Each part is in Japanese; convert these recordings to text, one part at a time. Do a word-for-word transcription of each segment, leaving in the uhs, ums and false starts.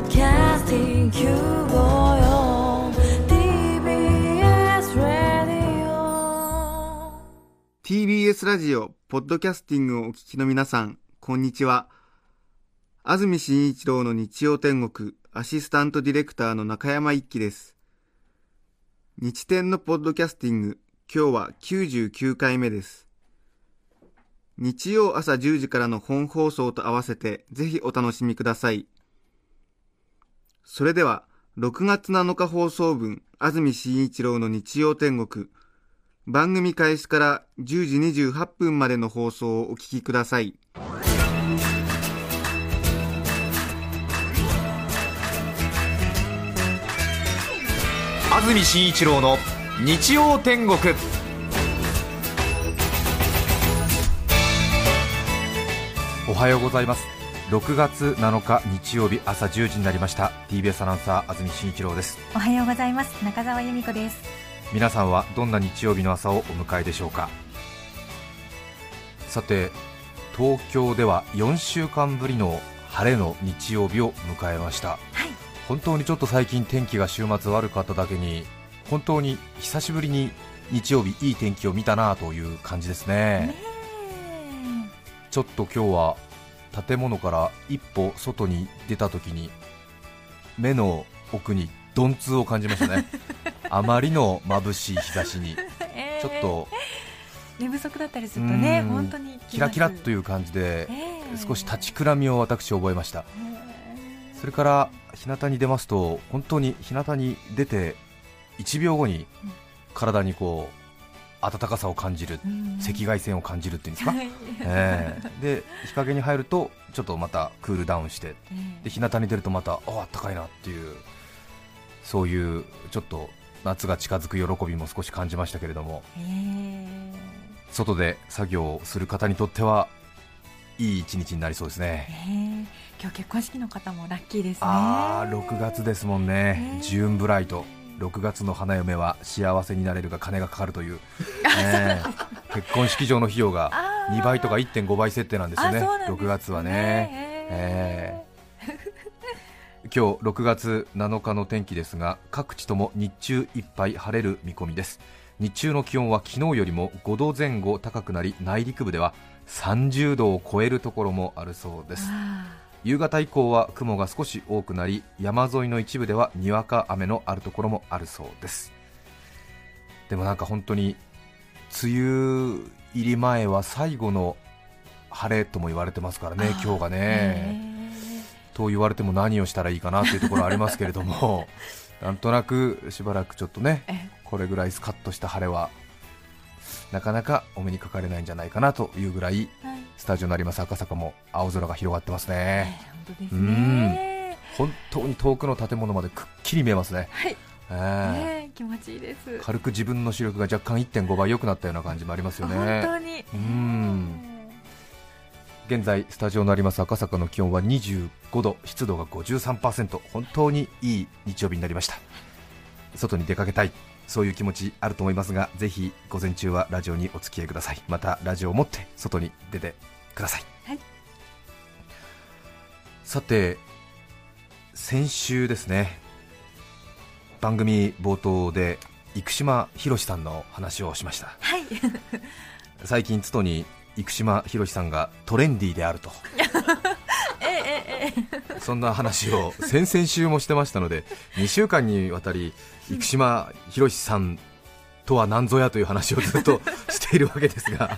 Podcasting きゅうごよん ティービーエス Radio ティービーエス ラジオポッドキャスティングをお聞きの皆さん、こんにちは。安住紳一郎の日曜天国アシスタントディレクターの中山一輝です。日天のポッドキャスティング、今日はきゅうじゅうきゅうかいめです。日曜朝じゅうじからの本放送と合わせてぜひお楽しみください。それではろくがつなのか放送分、安住紳一郎の日曜天国、番組開始からじゅうじにじゅうはっぷんまでの放送をお聞きください。 安住紳一郎の日曜天国。おはようございます。ろくがつなのか日曜日朝じゅうじになりました。 ティービーエス アナウンサー安住紳一郎です。 おはようございます。中澤由美子です。 皆さんはどんな日曜日の朝をお迎えでしょうか。さて、東京ではよんしゅうかんぶりの晴れの日曜日を迎えました。 はい、 本当にちょっと最近天気が週末悪かっただけに、本当に久しぶりに日曜日いい天気を見たなという感じですね。 ねちょっと今日は建物から一歩外に出た時に目の奥に鈍痛を感じましたね。あまりの眩しい日差しに、 えー、 ちょっと寝不足だったりするとね、本当にキラキラという感じで、 えー、 少し立ちくらみを私覚えました。えー、それから日向に出ますと、本当に日向に出ていちびょうごに体にこう暖かさを感じる、うん、赤外線を感じるっていうんですか、えー、で日陰に入るとちょっとまたクールダウンして、えー、で日向に出るとまたああったかいなっていう、そういうちょっと夏が近づく喜びも少し感じましたけれども、えー、外で作業をする方にとってはいい一日になりそうですね。 えー、今日結婚式の方もラッキーですね。 あーろくがつですもんね、えー、ジューンブライト、ろくがつの花嫁は幸せになれるが金がかかるという、ね、結婚式場の費用がにばいとか いってんごばい設定なんですよね、ろくがつはね。えー、今日ろくがつなのかの天気ですが、各地とも日中いっぱい晴れる見込みです。日中の気温は昨日よりもごどぜん後高くなり、内陸部ではさんじゅうどを超えるところもあるそうです。夕方以降は雲が少し多くなり、山沿いの一部ではにわか雨のあるところもあるそうです。でもなんか本当に梅雨入り前は最後の晴れとも言われてますからね、今日がね。と言われても何をしたらいいかなというところありますけれどもなんとなくしばらくちょっとね、これぐらいスカッとした晴れはなかなかお目にかかれないんじゃないかなというぐらい、はい、スタジオのあります赤坂も青空が広がってますね。 えー、本当ですね。 うん、本当に遠くの建物までくっきり見えますね。 はい、 えーえー、気持ちいいです。 軽く自分の視力が若干 いってんごばい良くなったような感じもありますよね。 本当に。 うん、現在スタジオのあります赤坂の気温はにじゅうごど、湿度が ごじゅうさんパーセント、本当にいい日曜日になりました。外に出かけたい、そういう気持ちあると思いますが、ぜひ午前中はラジオにお付き合いください。またラジオを持って外に出てください。 はい、 さて、先週ですね、番組冒頭で生島博さんの話をしました。 はい、 最近つとに生島博さんがトレンディーであるとえええそんな話を先々週もしてましたので、にしゅうかんにわたり生島博さんとは何ぞやという話をずっとしているわけですが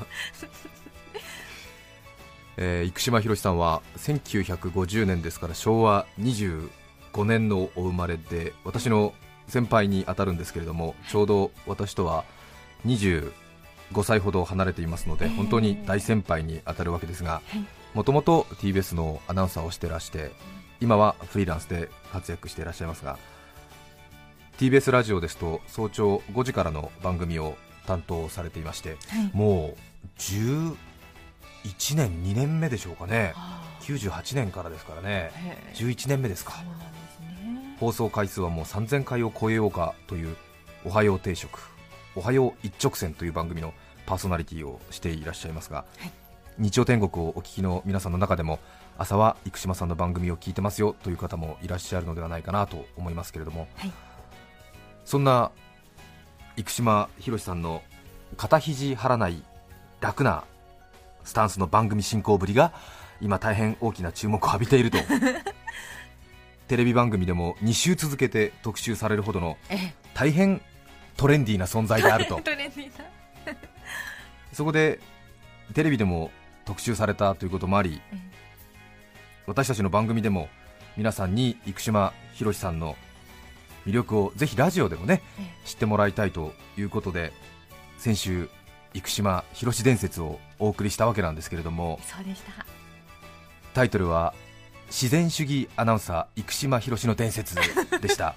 えー、生島博さんはせんきゅうひゃくごじゅうねんですからしょうわにじゅうごねんのお生まれで、私の先輩に当たるんですけれども、ちょうど私とはにじゅうごさいほど離れていますので、本当に大先輩に当たるわけですが、もともと ティービーエス のアナウンサーをしてらして、今はフリーランスで活躍していらっしゃいますが、 ティービーエス ラジオですと早朝ごじからの番組を担当されていまして、はい、もうじゅういちねんにねんめでしょうかね。きゅうじゅうはちねんからですからね、じゅういちねんめですか。 そうなんですね。 放送回数はもうさんぜんかいを超えようかというおはよう定食、おはよう一直線という番組のパーソナリティをしていらっしゃいますが、はい、日曜天国をお聞きの皆さんの中でも朝は生島さんの番組を聞いてますよという方もいらっしゃるのではないかなと思いますけれども、 はい、 そんな生島博さんの肩肘張らない楽なスタンスの番組進行ぶりが今大変大きな注目を浴びているとテレビ番組でもに週続けて特集されるほどの大変トレンディーな存在であるとトレンディーなそこでテレビでも特集されたということもあり、私たちの番組でも皆さんに生島博さんの魅力をぜひラジオでもね知ってもらいたいということで、先週生島博伝説をお送りしたわけなんですけれども、 そうでした。 タイトルは自然主義アナウンサー生島博の伝説でした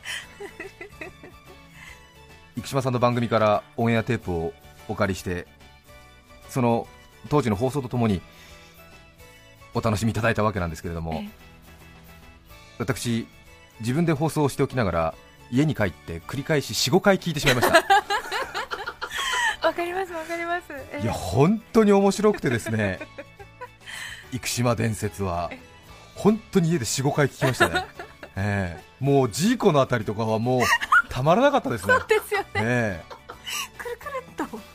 生島さんの番組からオンエアテープをお借りして、その当時の放送とともにお楽しみいただいたわけなんですけれども、私自分で放送をしておきながら家に帰って繰り返し よん,ご 回聞いてしまいましたわかりますわかります。 いや本当に面白くてですね生島伝説は本当に家で よん,ご 回聞きましたね、えー、もうジーコのあたりとかはもうたまらなかったですね。 そうですよね、 えくるくるっと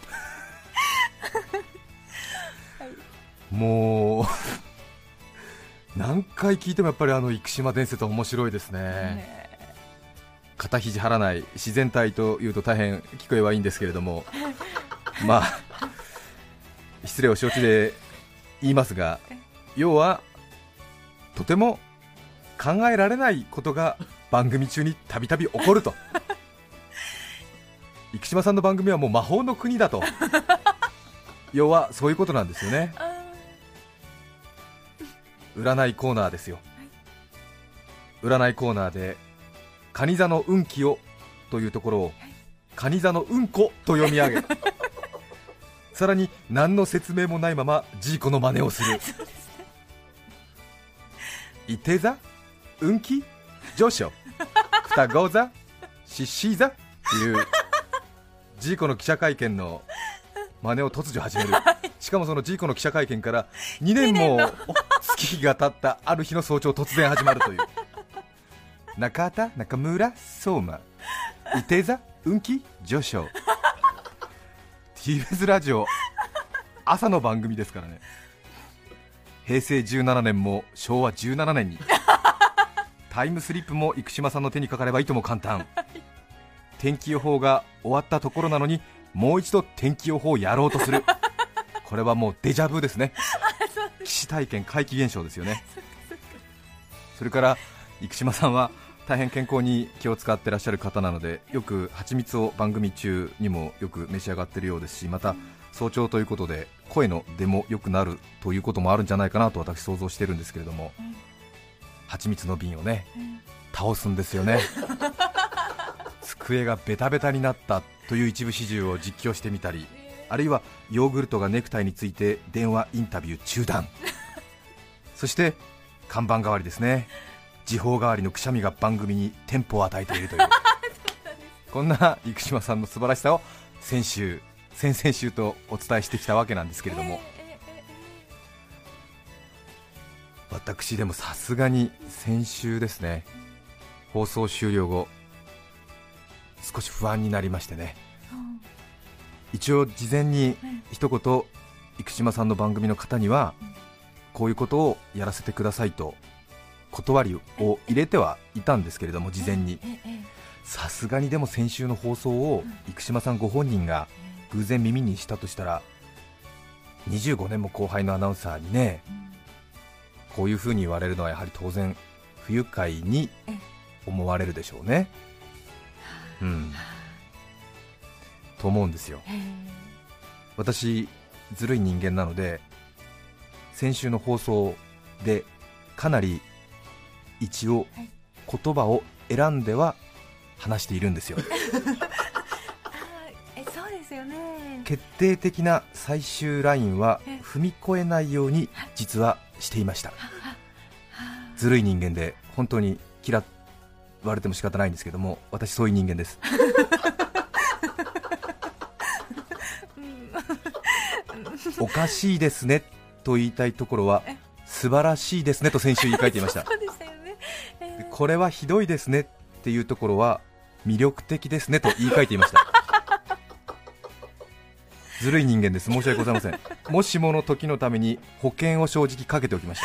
ー、もう何回聞いてもやっぱりあの生島伝説は面白いですね、 ね肩肘張らない自然体というと大変聞こえはいいんですけれどもまあ失礼を承知で言いますが、要はとても考えられないことが番組中にたびたび起こると生島さんの番組はもう魔法の国だと要はそういうことなんですよね。占いコーナーですよ。占いコーナーで蟹座の運気をというところを蟹座のうんこと読み上げさらに何の説明もないままジーコの真似をする。いて座運気上昇双子座獅子座っていうジーコの記者会見の真似を突如始める。しかもそのジーコの記者会見からにねんも月日が経ったある日の早朝突然始まるという中田中村相馬いて座運気上昇 ティービーエス ラジオ朝の番組ですからね。へいせいじゅうななねんもしょうわじゅうななねんにタイムスリップも生島さんの手にかかればいとも簡単。天気予報が終わったところなのにもう一度天気予報をやろうとする。これはもうデジャブですね。起死体験怪奇現象ですよね。それから生島さんは大変健康に気を使ってらっしゃる方なので、よく蜂蜜を番組中にもよく召し上がっているようですし、また早朝ということで声の出も良くなるということもあるんじゃないかなと私想像しているんですけれども、うん、蜂蜜の瓶をね、うん、倒すんですよね机がベタベタになったという一部始終を実況してみたり、あるいはヨーグルトがネクタイについて電話インタビュー中断そして看板代わりですね、時報代わりのくしゃみが番組にテンポを与えているというこんな生島さんの素晴らしさを先週先々週とお伝えしてきたわけなんですけれども、私でもさすがに先週ですね、放送終了後少し不安になりましてね、一応事前に一言生島さんの番組の方にはこういうことをやらせてくださいと断りを入れてはいたんですけれども、事前にさすがにでも先週の放送を生島さんご本人が偶然耳にしたとしたら、にじゅうごねんも後輩のアナウンサーにねこういう風に言われるのはやはり当然不愉快に思われるでしょうね、うん、と思うんですよ。私ずるい人間なので、先週の放送でかなり一応言葉を選んでは話しているんですよえそうですよね。 決定的な最終ラインは踏み越えないように実はしていました。ずるい人間で本当に嫌われても仕方ないんですけども、私そういう人間ですおかしいですねと言いたいところは素晴らしいですねと先週言い換えていましたそうでしたよね、えー、 これはひどいですねっていうところは魅力的ですねと言い換えていましたずるい人間です、申し訳ございません。もしもの時のために保険を正直かけておきました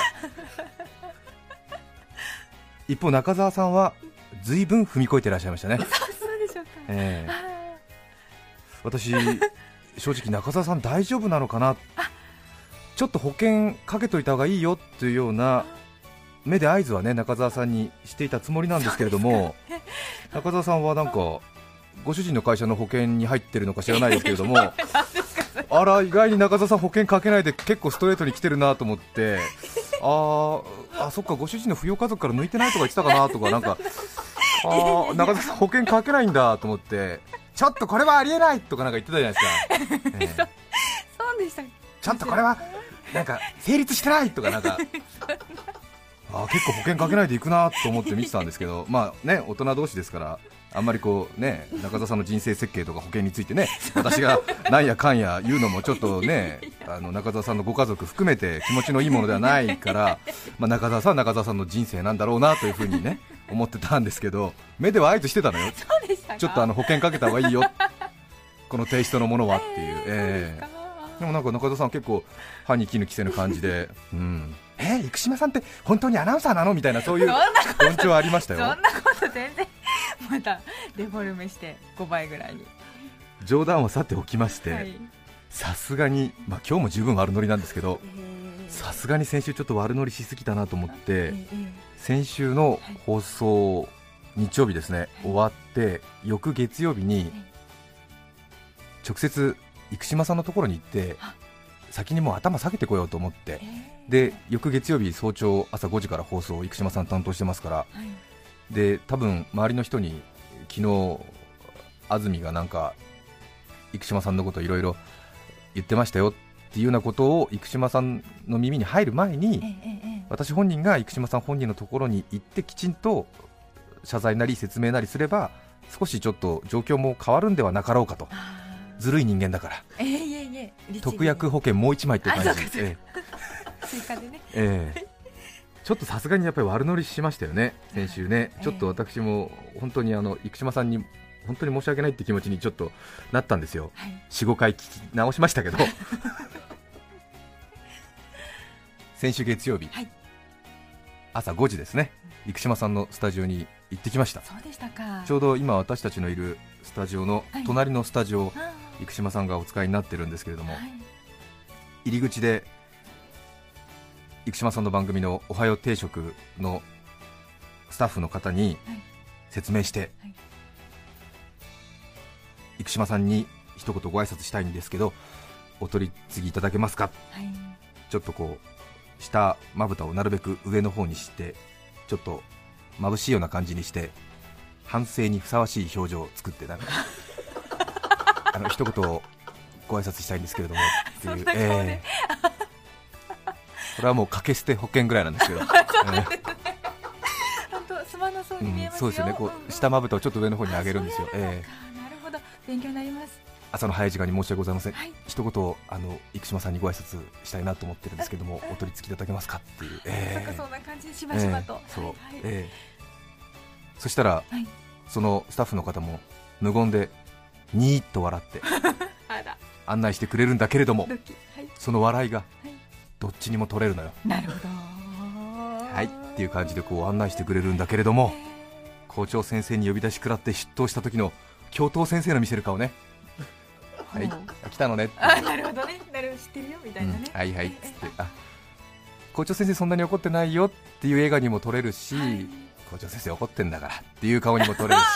一方中澤さんは随分踏み越えていらっしゃいましたね。 そうでしょうか、 えー、私正直中澤さん大丈夫なのかな、ちょっと保険かけといた方がいいよというような目で合図はね中澤さんにしていたつもりなんですけれども、中澤さんはなんかご主人の会社の保険に入ってるのか知らないですけれどもあら意外に中澤さん保険かけないで結構ストレートに来てるなと思ってあーあそっかご主人の扶養家族から抜いてないとか言ってたかなとかなんかあー中澤さん保険かけないんだと思ってちょっとこれはありえないとかなんか言ってたじゃないですか、えー、 そうでした。 ちょっとこれはなんか成立してないとかなんかあ結構保険かけないでいくなと思って見てたんですけど、まあね大人同士ですからあんまりこうね中澤さんの人生設計とか保険についてね私がなんやかんや言うのもちょっとねあの中澤さんのご家族含めて気持ちのいいものではないから、まあ、中澤さんは中澤さんの人生なんだろうなというふうにね思ってたんですけど目では合図してたのよ。 そうでしたか。 ちょっとあの保険かけた方がいいよこのテイストのものはっていう、えーでもなんか中澤さん結構歯に衣着せぬ感じで、うん、えー、生島さんって本当にアナウンサーなのみたいなそういう論調ありましたよ。 そんなこと全然またデフォルメしてごばいぐらいに。 冗談をさておきましてさすがに、まあ、今日も十分悪ノリなんですけどさすがに先週ちょっと悪ノリしすぎたなと思って、えー、先週の放送、はい、日曜日ですね、はい、終わって翌月曜日に直接生島さんのところに行って先にもう頭下げてこようと思って、で翌月曜日早朝朝ごじから放送を生島さん担当してますから、はい、で多分周りの人に昨日安住がなんか生島さんのこといろいろ言ってましたよっていうようなことを生島さんの耳に入る前に、私本人が生島さん本人のところに行ってきちんと謝罪なり説明なりすれば少しちょっと状況も変わるんではなかろうかと。ずるい人間だから、えー、いえいえ特約保険もういちまいって感じで、追加でね、えー、ちょっとさすがにやっぱり悪乗りしましたよね先週ね、えー、ちょっと私も本当にあの生島さんに本当に申し訳ないって気持ちにちょっとなったんですよ、はい、よん、ごかい聞き直しましたけど先週月曜日、はい、朝ごじですね、生島さんのスタジオに行ってきました。 そうでしたか。 ちょうど今私たちのいるスタジオの隣のスタジオ、はい、生島さんがお使いになってるんですけれども、はい、入り口で生島さんの番組のおはよう定食のスタッフの方に説明して、はいはい、生島さんに一言ご挨拶したいんですけどお取り次ぎいただけますか、はい、ちょっとこう下まぶたをなるべく上の方にしてちょっと眩しいような感じにして反省にふさわしい表情を作ってなんかあの一言ご挨拶したいんですけれどもっていう、えー、これはもう掛け捨て保険ぐらいなんですけど本当すまなそうに見えますよ、 うん、そうですよね、こう下まぶたをちょっと上の方に上げるんですよ。 えー、なるほど、勉強になります。 朝の早い時間に申し訳ございません、はい、一言あの生島さんにご挨拶したいなと思ってるんですけどもお取り付きいただけますかっていう、えー、 なんかそんな感じしばしばと、 えーそうはいえー、そしたら、はい、そのスタッフの方も無言でニーッと笑ってあら案内してくれるんだけれども、はい、その笑いがどっちにも取れるのよ。 なるほどはいっていう感じでこう案内してくれるんだけれども、校長先生に呼び出し食らって出頭した時の教頭先生の見せる顔ねはい、来たのねってあなるほどね、なるほど知ってるよみたいなね、 うん、はいはいっつってあ校長先生そんなに怒ってないよっていう映画にも撮れるし、はい、校長先生怒ってんだからっていう顔にも撮れるし、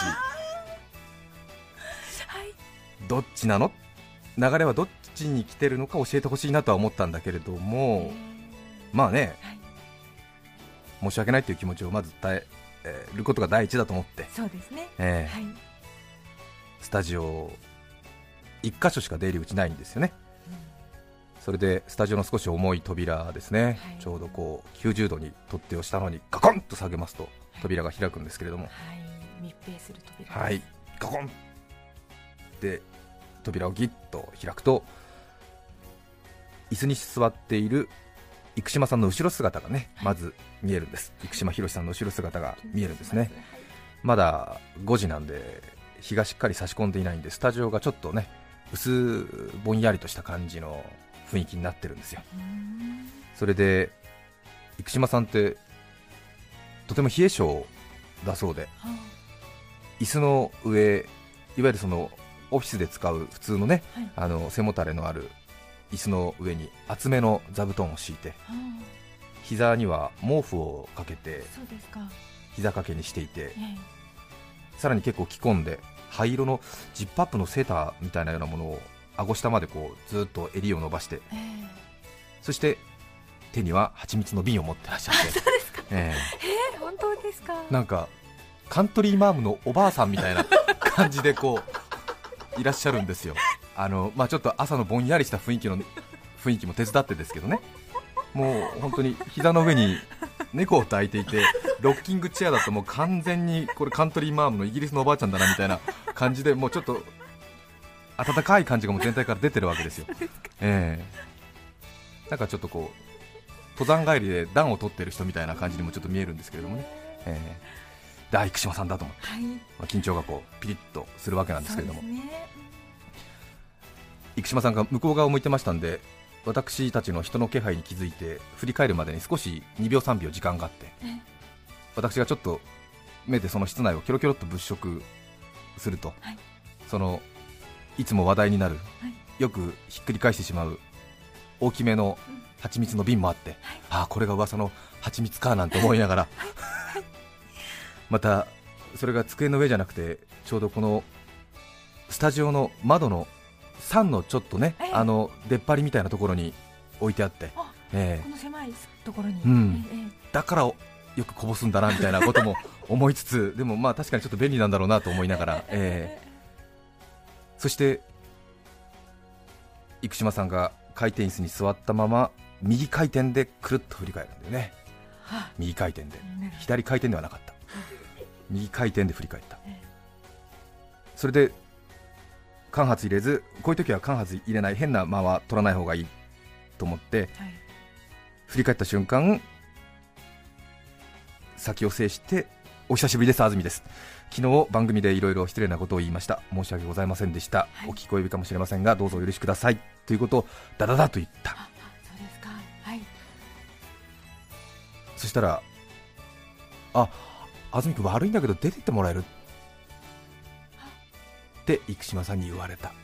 はい、どっちなの流れはどっちに来てるのか教えてほしいなとは思ったんだけれども、まあね、はい、申し訳ないという気持ちをまず伝えることが第一だと思って、 そうですね、 えーはい、スタジオいっか所しか出入り口ないんですよね、うん、それでスタジオの少し重い扉ですね、はい、ちょうどこうきゅうじゅうどに取っ手をしたのにガコンと下げますと扉が開くんですけれども、はい、 密閉する扉です。 はい、ガコンで扉をギッと開くと椅子に座っている生島さんの後ろ姿がねまず見えるんです。生島博さんの後ろ姿が見えるんですね。まだごじなんで日がしっかり差し込んでいないんで、スタジオがちょっとね薄ぼんやりとした感じの雰囲気になってるんですよ。それで生島さんってとても冷え性だそうで、椅子の上、いわゆるそのオフィスで使う普通のね、はい、あの背もたれのある椅子の上に厚めの座布団を敷いて、膝には毛布をかけて膝掛けにしていて、さらに結構着込んで灰色のジップアップのセーターみたいなようなものを顎下までこうずっと襟を伸ばして、そして手には蜂蜜の瓶を持ってらっしゃって、 そうですか、 えー、本当ですか。 なんかカントリーマームのおばあさんみたいな感じでこういらっしゃるんですよ。あの、まあ、ちょっと朝のぼんやりした雰囲気の雰囲気も手伝ってですけどね、もう本当に膝の上に猫を抱いていて、ロッキングチェアだともう完全にこれカントリーマームのイギリスのおばあちゃんだなみたいな感じで、もうちょっと温かい感じがもう全体から出てるわけですよ。えー、なんかちょっとこう登山帰りで暖を取ってる人みたいな感じにもちょっと見えるんですけれどもね、えー、で生島さんだと思って、はい、まあ、緊張がこうピリッとするわけなんですけれども、ね、生島さんが向こう側を向いてましたんで、私たちの人の気配に気づいて振り返るまでに少しにびょうさんびょう時間があって、私がちょっと目でその室内をキョロキョロっと物色すると、はい、そのいつも話題になる、はい、よくひっくり返してしまう大きめの蜂蜜の瓶もあって、はい、ああこれが噂の蜂蜜かなんて思いながらまたそれが机の上じゃなくてちょうどこのスタジオの窓のさんのちょっとね、えー、あの出っ張りみたいなところに置いてあって、えー、 この狭いところに、 うん、えー、だからよくこぼすんだなみたいなことも思いつつでもまあ確かにちょっと便利なんだろうなと思いながら、えー、そして生島さんが回転椅子に座ったまま右回転でくるっと振り返るんだよね。右回転で、左回転ではなかった、右回転で振り返った。それで間髪入れず、こういう時は間髪入れない変な間は取らない方がいいと思って、はい、振り返った瞬間先を制してお久しぶりです、安住です。昨日番組でいろいろ失礼なことを言いました、申し訳ございませんでした、はい、お聞こえかもしれませんがどうぞお許しくださいということをダダダと言った。 あ、そうですか、はい、 そしたら、あ、安住君悪いんだけど出てってもらえるって生島さんに言われた、はい、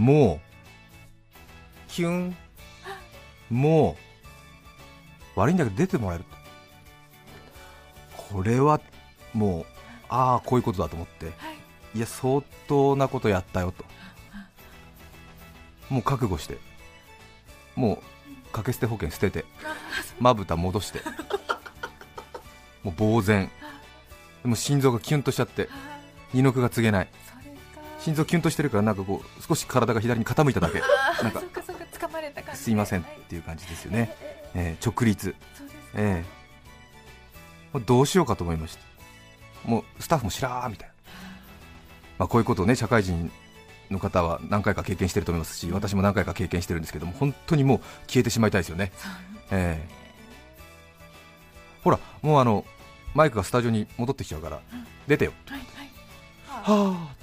もうキュン、もう悪いんだけど出てもらえる、これはもうああこういうことだと思って、はい、いや相当なことやったよと、もう覚悟してもう掛け捨て保険捨ててまぶた戻してもう呆然、でも心臓がキュンとしちゃって二の句が告げない、心臓キュンとしてるからなんかこう少し体が左に傾いただけ、なんかすいませんっていう感じですよね、えー、直立、えー、どうしようかと思いました。もうスタッフもしらーみたいな、まあ、こういうことをね社会人の方は何回か経験してると思いますし、私も何回か経験してるんですけども、本当にもう消えてしまいたいですよね、えー、ほらもうあのマイクがスタジオに戻ってきちゃうから出てよ、はいはい、はあ、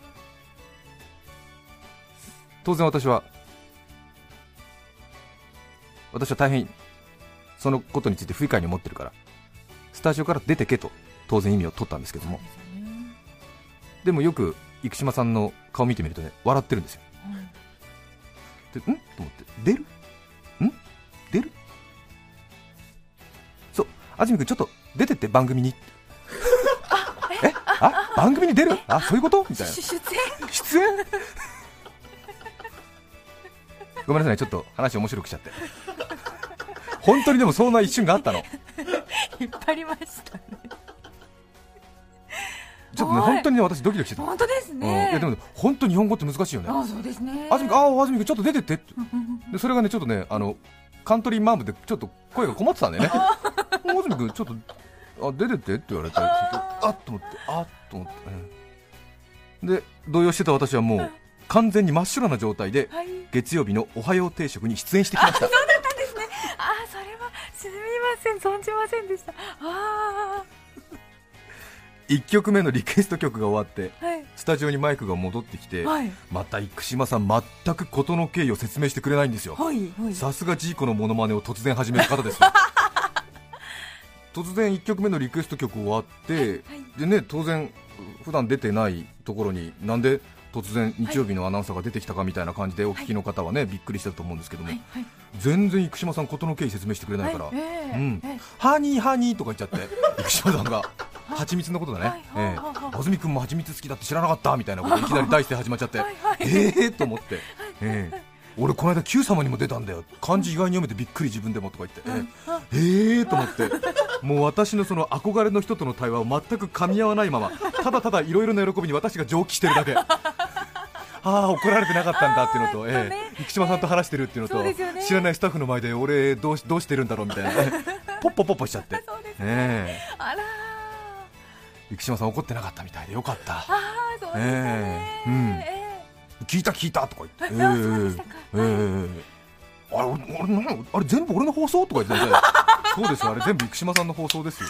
当然私は私は大変そのことについて不愉快に思ってるからスタジオから出てけと当然意味を取ったんですけども、 で, ね、でもよく生島さんの顔見てみるとね笑ってるんですよ、うん、でんと思って出るん出るそう、安住君ちょっと出てって番組にえあ番組に出るあそういうことみたいな出演出演ごめんなさいね、ちょっと話面白くしちゃって本当にでもそんな一瞬があったの引っ張りましたねちょっとね本当にね私ドキドキしてた。 本当ですね、 うん、いやでも、ね、本当に日本語って難しいよね。 あ、そうですね。 あずみくん、ああ、あずみくんちょっと出てってでそれがねちょっとねあのカントリーマームでちょっと声が困ってたんだよねあずみくんちょっとあ出てってって言われて、あっと思ってあっと思って、うん、で動揺してた私はもう完全に真っ白な状態で、 はい、 月曜日のおはよう定食に出演してきました。 そうだったんですね。あー、それはすみません、存じませんでした。あいっきょくめのリクエスト曲が終わって、 ー、はい、 スタジオにマイクが戻ってきて、 はい、 また生島さん全く事の経緯を説明してくれないんですよ。 はいはい、 さすがジーコのモノマネを突然始める方ですよ。突然いっきょくめのリクエスト曲終わって、はいはい、でね、当然普段出てないところになんで突然日曜日のアナウンサーが出てきたかみたいな感じでお聞きの方はね、はい、びっくりしたと思うんですけども、はいはい、全然生島さん事の経緯説明してくれないから、はいえーうんえー、ハニーハニーとか言っちゃって生島さんが蜂蜜のことだね、えー、安住君も蜂蜜好きだって知らなかったみたいなこといきなり第一声始まっちゃってはい、はい、えーと思って、えー、俺この間 Q 様にも出たんだよ、漢字意外に読めてびっくり自分でもとか言って、えー、えーと思って、もう私のその憧れの人との対話を全く噛み合わないまま、ただただいろいろな喜びに私が蒸気してるだけ。ああ、怒られてなかったんだっていうのと、ええ、生島さんと話してるっていうのと、ね、知らないスタッフの前で俺どうし、どうしてるんだろうみたいな、ね、ポッポポッポしちゃって、 そうですね、 ええ、 あら生島さん怒ってなかったみたいでよかった。 あー、そうですね、 ええ、うん、 えー、聞いた聞いたとか言って、 えー、そうでしたか、 えー、あれ、俺、俺、あれ全部俺の放送とか言ってたそうですよ、あれ全部生島さんの放送ですよ。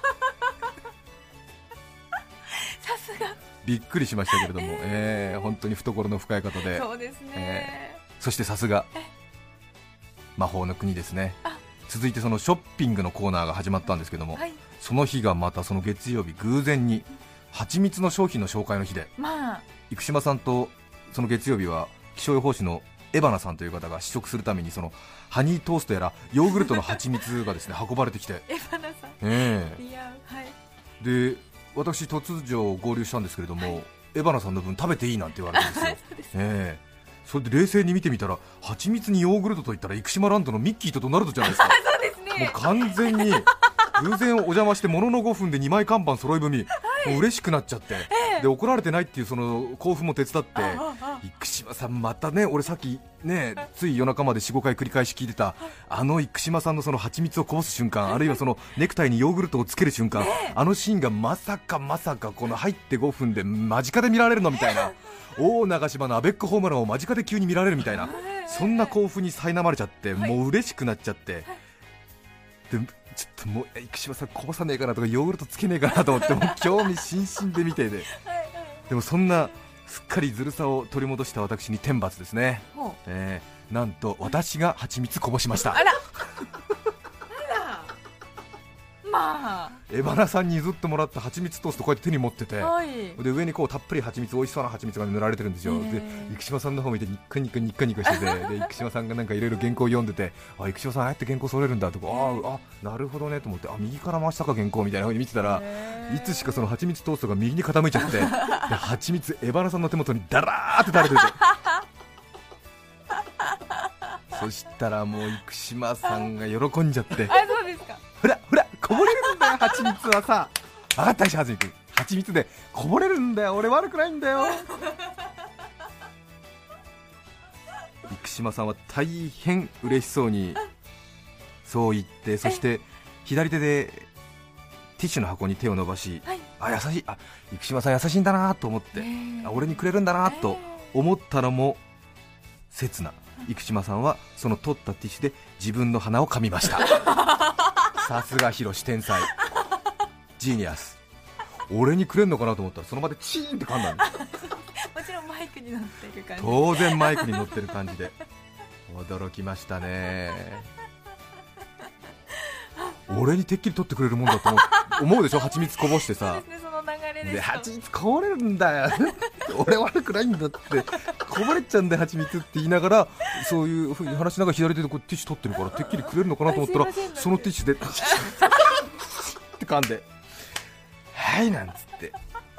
さすがびっくりしましたけれども、えーえー、本当に懐の深い方で、 そうですね、 えー、そしてさすが魔法の国ですね。続いてそのショッピングのコーナーが始まったんですけども、はい、その日がまたその月曜日偶然に蜂蜜の商品の紹介の日で、まあ、生島さんとその月曜日は気象予報士のエバナさんという方が試食するためにそのハニートーストやらヨーグルトの蜂蜜がですね運ばれてきてエバナさん、 えー、 いや、はい、 で私突如合流したんですけれども、はい、エバナさんの分食べていいなんて言われたんですよそ, す、えー、それで冷静に見てみたら蜂蜜にヨーグルトといったら生島ランドのミッキーとドナルドじゃないですかそうですね、 もう完全に偶然お邪魔してもののごふんでにまい看板揃い踏み、はい、もう嬉しくなっちゃって、えー、で怒られてないっていうその興奮も手伝って、生島さんまたね、俺さっきねつい夜中まで よん,ご 回繰り返し聞いてたあの生島さんのその蜂蜜をこぼす瞬間、あるいはそのネクタイにヨーグルトをつける瞬間、あのシーンがまさかまさかこの入ってごふんで間近で見られるのみたいな、大長島のアベックホームランを間近で急に見られるみたいな、そんな興奮に苛まれちゃって、もう嬉しくなっちゃって、でちょっともう生島さんこぼさねえかなとかヨーグルトつけねえかなと思ってもう興味津々で見てででもそんなすっかりずるさを取り戻した私に天罰ですね、えー、なんと私が蜂蜜こぼしました。 あらあら、まあエバナさんに譲ってもらった蜂蜜トーストこうやって手に持ってて、はい、で上にこうたっぷり蜂蜜、美味しそうな蜂蜜が塗られてるんですよ。で生島さんの方見てニッカニッカニッカニッカしててで生島さんがなんかいろいろ原稿を読んでて、あ生島さんああやって原稿それるんだとか、ああなるほどねと思って、あ右から回したか原稿みたいな風に見てたら、いつしかその蜂蜜トーストが右に傾いちゃってで蜂蜜エバナさんの手元にダラーって垂れててそしたらもう生島さんが喜んじゃって、 あ、そうですか、 ほらほらこぼれるんだよ蜂蜜はさ、分かったでしょ、はずみくん、蜂蜜でこぼれるんだよ、俺悪くないんだよ生島さんは大変嬉しそうにそう言って、そして左手でティッシュの箱に手を伸ばし、はい、あ優しい、あ生島さん優しいんだなと思って、あ俺にくれるんだなと思ったのも刹那、生島さんはその取ったティッシュで自分の鼻を噛みましたさすがヒロシ天才ジーニアス、俺にくれんのかなと思ったらその場でチーンって噛んだんですもちろんマイクに乗ってる感じ、 当然マイクに乗ってる感じで驚きましたね俺にてっきり取ってくれるもんだと思 う, 思うでしょ、蜂蜜こぼしてさ、 そうですね、その流れでで蜂蜜こぼれるんだよ俺悪くないんだってこぼれちゃうんだよ蜂蜜って言いながら、そういうふうに話しながら左手でこうティッシュ取ってるからてっきりくれるのかなと思ったら、そのティッシュでって噛んではいなんつって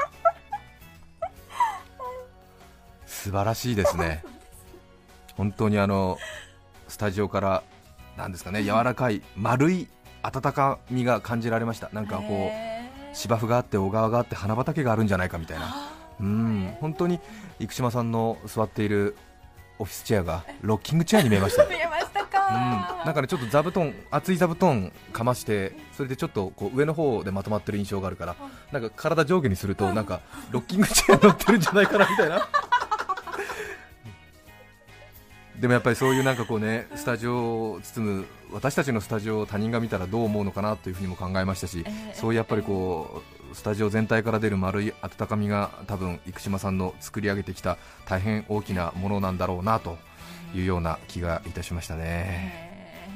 素晴らしいですね本当に。あのスタジオからなんですかね、柔らかい丸い温かみが感じられました。なんかこう芝生があって小川があって花畑があるんじゃないかみたいな、うん、本当に生島さんの座っているオフィスチェアがロッキングチェアに見えました見えましたか、 うん、なんかねちょっと座布団、厚い座布団かまして、それでちょっとこう上の方でまとまってる印象があるから、なんか体上下にするとなんかロッキングチェア乗ってるんじゃないかなみたいなでもやっぱりそういうなんかこうね、スタジオを包む私たちのスタジオを他人が見たらどう思うのかなというふうにも考えましたし、 えー、 そういうやっぱりこうスタジオ全体から出る丸い温かみが多分生島さんの作り上げてきた大変大きなものなんだろうなというような気がいたしましたね。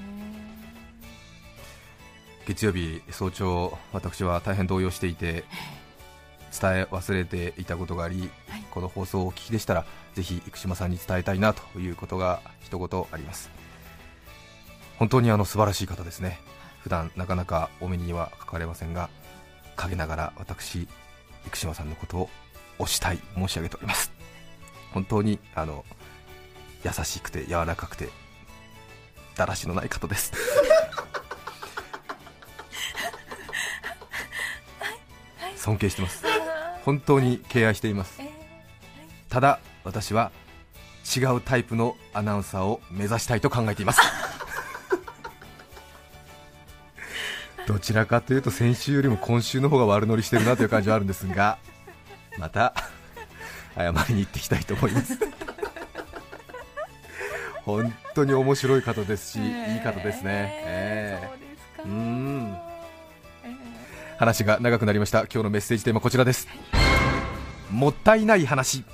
月曜日早朝、私は大変動揺していて伝え忘れていたことがあり、はい、この放送をお聞きでしたらぜひ生島さんに伝えたいなということが一言あります。本当にあの素晴らしい方ですね。普段なかなかお目にはかかれませんが、陰ながら私生島さんのことをお慕い申し上げております。本当にあの優しくて柔らかくてだらしのない方です尊敬してます。本当に敬愛しています。ただ私は違うタイプのアナウンサーを目指したいと考えていますどちらかというと先週よりも今週の方が悪乗りしてるなという感じはあるんですが、また謝りに行っていきたいと思います本当に面白い方ですし、えー、いい方ですね、えー、そうですか。うーん、話が長くなりました。今日のメッセージテーマこちらです。もったいない話。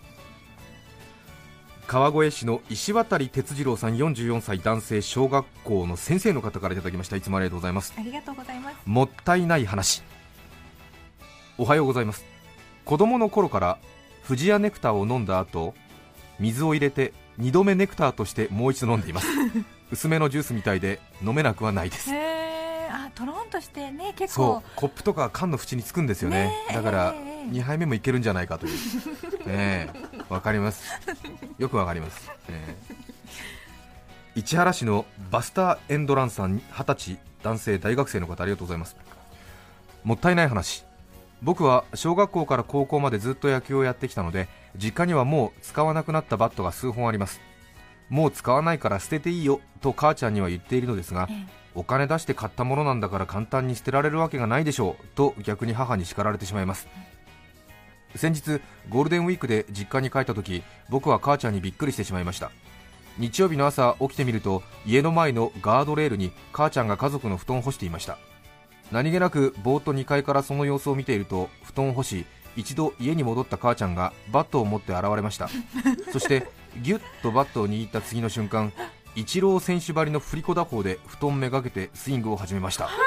川越市の石渡哲次郎さん、よんじゅうよんさい男性、小学校の先生の方からいただきました。いつもありがとうございます。 ありがとうございます。 もったいない話。おはようございます。子供の頃から富士屋ネクターを飲んだ後、水を入れてにどめネクターとしてもう一度飲んでいます薄めのジュースみたいで飲めなくはないです。 へー、あ、トロンとしてね、結構そう、コップとか缶の縁につくんですよね。だからにはいめもいけるんじゃないかというね、わかります、よくわかります、ね、市原市のバスターエンドランさん、はたち男性、大学生の方、ありがとうございます。もったいない話。僕は小学校から高校までずっと野球をやってきたので、実家にはもう使わなくなったバットが数本あります。もう使わないから捨てていいよと母ちゃんには言っているのですが、お金出して買ったものなんだから簡単に捨てられるわけがないでしょうと逆に母に叱られてしまいます。先日ゴールデンウィークで実家に帰った時、僕は母ちゃんにびっくりしてしまいました。日曜日の朝起きてみると、家の前のガードレールに母ちゃんが家族の布団を干していました。何気なくぼーっとにかいからその様子を見ていると、布団を干し一度家に戻った母ちゃんがバットを持って現れましたそしてギュッとバットを握った次の瞬間、イチロー選手ばりの振り子打法で布団めがけてスイングを始めました、はい、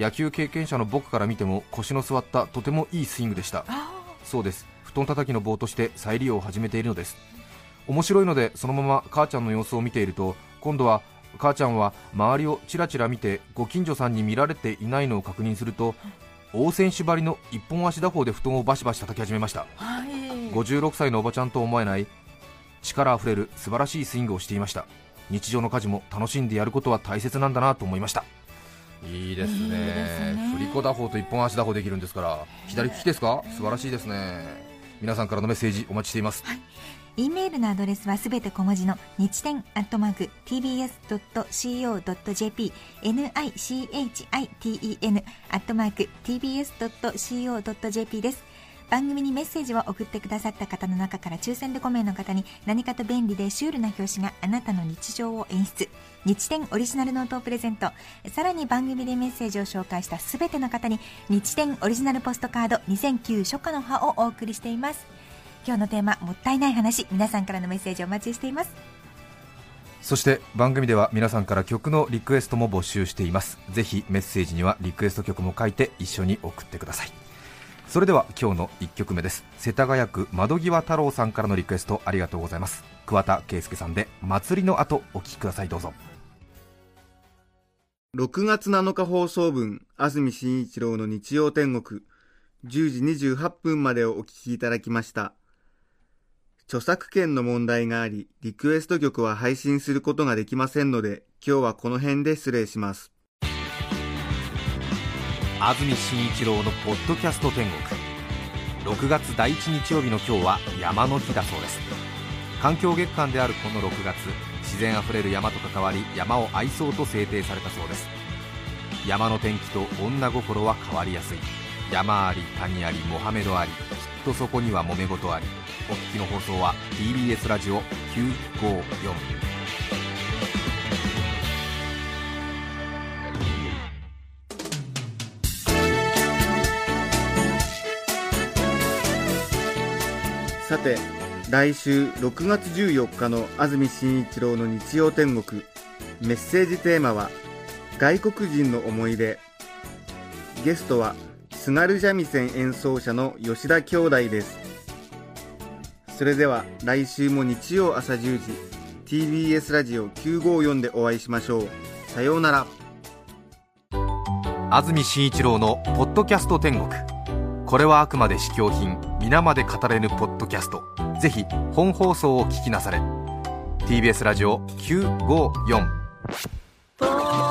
野球経験者の僕から見ても腰の座ったとてもいいスイングでした。そうです、布団叩きの棒として再利用を始めているのです。面白いのでそのまま母ちゃんの様子を見ていると、今度は母ちゃんは周りをチラチラ見てご近所さんに見られていないのを確認すると、王選手ばりの一本足打法で布団をバシバシ叩き始めました、はい、ごじゅうろくさいのおばちゃんと思えない力あふれる素晴らしいスイングをしていました。日常の家事も楽しんでやることは大切なんだなと思いました。いいです ね, いいですね。振り子打法と一本足打法できるんですから、左利きですか？素晴らしいですね。皆さんからのメッセージお待ちしています、はい。 E メールのアドレスはすべて小文字の日天アットマーク ティービーエスドットシーオードットジェーピー ニチテン アットマーク ティービーエスドットシーオードットジェーピー です。番組にメッセージを送ってくださった方の中から抽選でご名の方に、何かと便利でシュールな表紙があなたの日常を演出、日天オリジナルノートをプレゼント。さらに番組でメッセージを紹介したすべての方に日天オリジナルポストカードにせんきゅう初夏の葉をお送りしています。今日のテーマ、もったいない話、皆さんからのメッセージをお待ちしています。 そして番組では皆さんから曲のリクエストも募集しています。ぜひメッセージにはリクエスト曲も書いて一緒に送ってください。それでは今日のいっきょくめです。世田谷区窓際太郎さんからのリクエストありがとうございます。桑田佳祐さんで祭りの後、お聴きください。どうぞ。 ろくがつなのか放送分、安住紳一郎の日曜天国、じゅうじにじゅうはっぷんまでをお聞きいただきました。著作権の問題があり、リクエスト曲は配信することができませんので、今日はこの辺で失礼します。 安住紳一郎のポッドキャスト天国、ろくがつだいいち日曜日の今日は山の日だそうです。環境月間であるこのろくがつ、自然あふれる山と関わり、山を愛そうと制定されたそうです。山の天気と女心は変わりやすい。山あり谷ありモハメドあり、きっとそこには揉め事あり。お聞きの放送は ティービーエス ラジオきゅうごよん。 さて来週ろくがつじゅうよっかの安住紳一郎の日曜天国、メッセージテーマは外国人の思い出。ゲストは津軽三味線演奏者の吉田兄弟です。それでは来週も日曜朝じゅうじ ティービーエス ラジオきゅうごよんでお会いしましょう。さようなら。 安住紳一郎のポッドキャスト天国、これはあくまで試供品、皆まで語れぬポッドキャスト。ぜひ本放送を聞きなされ。 ティービーエス ラジオきゅうごよん。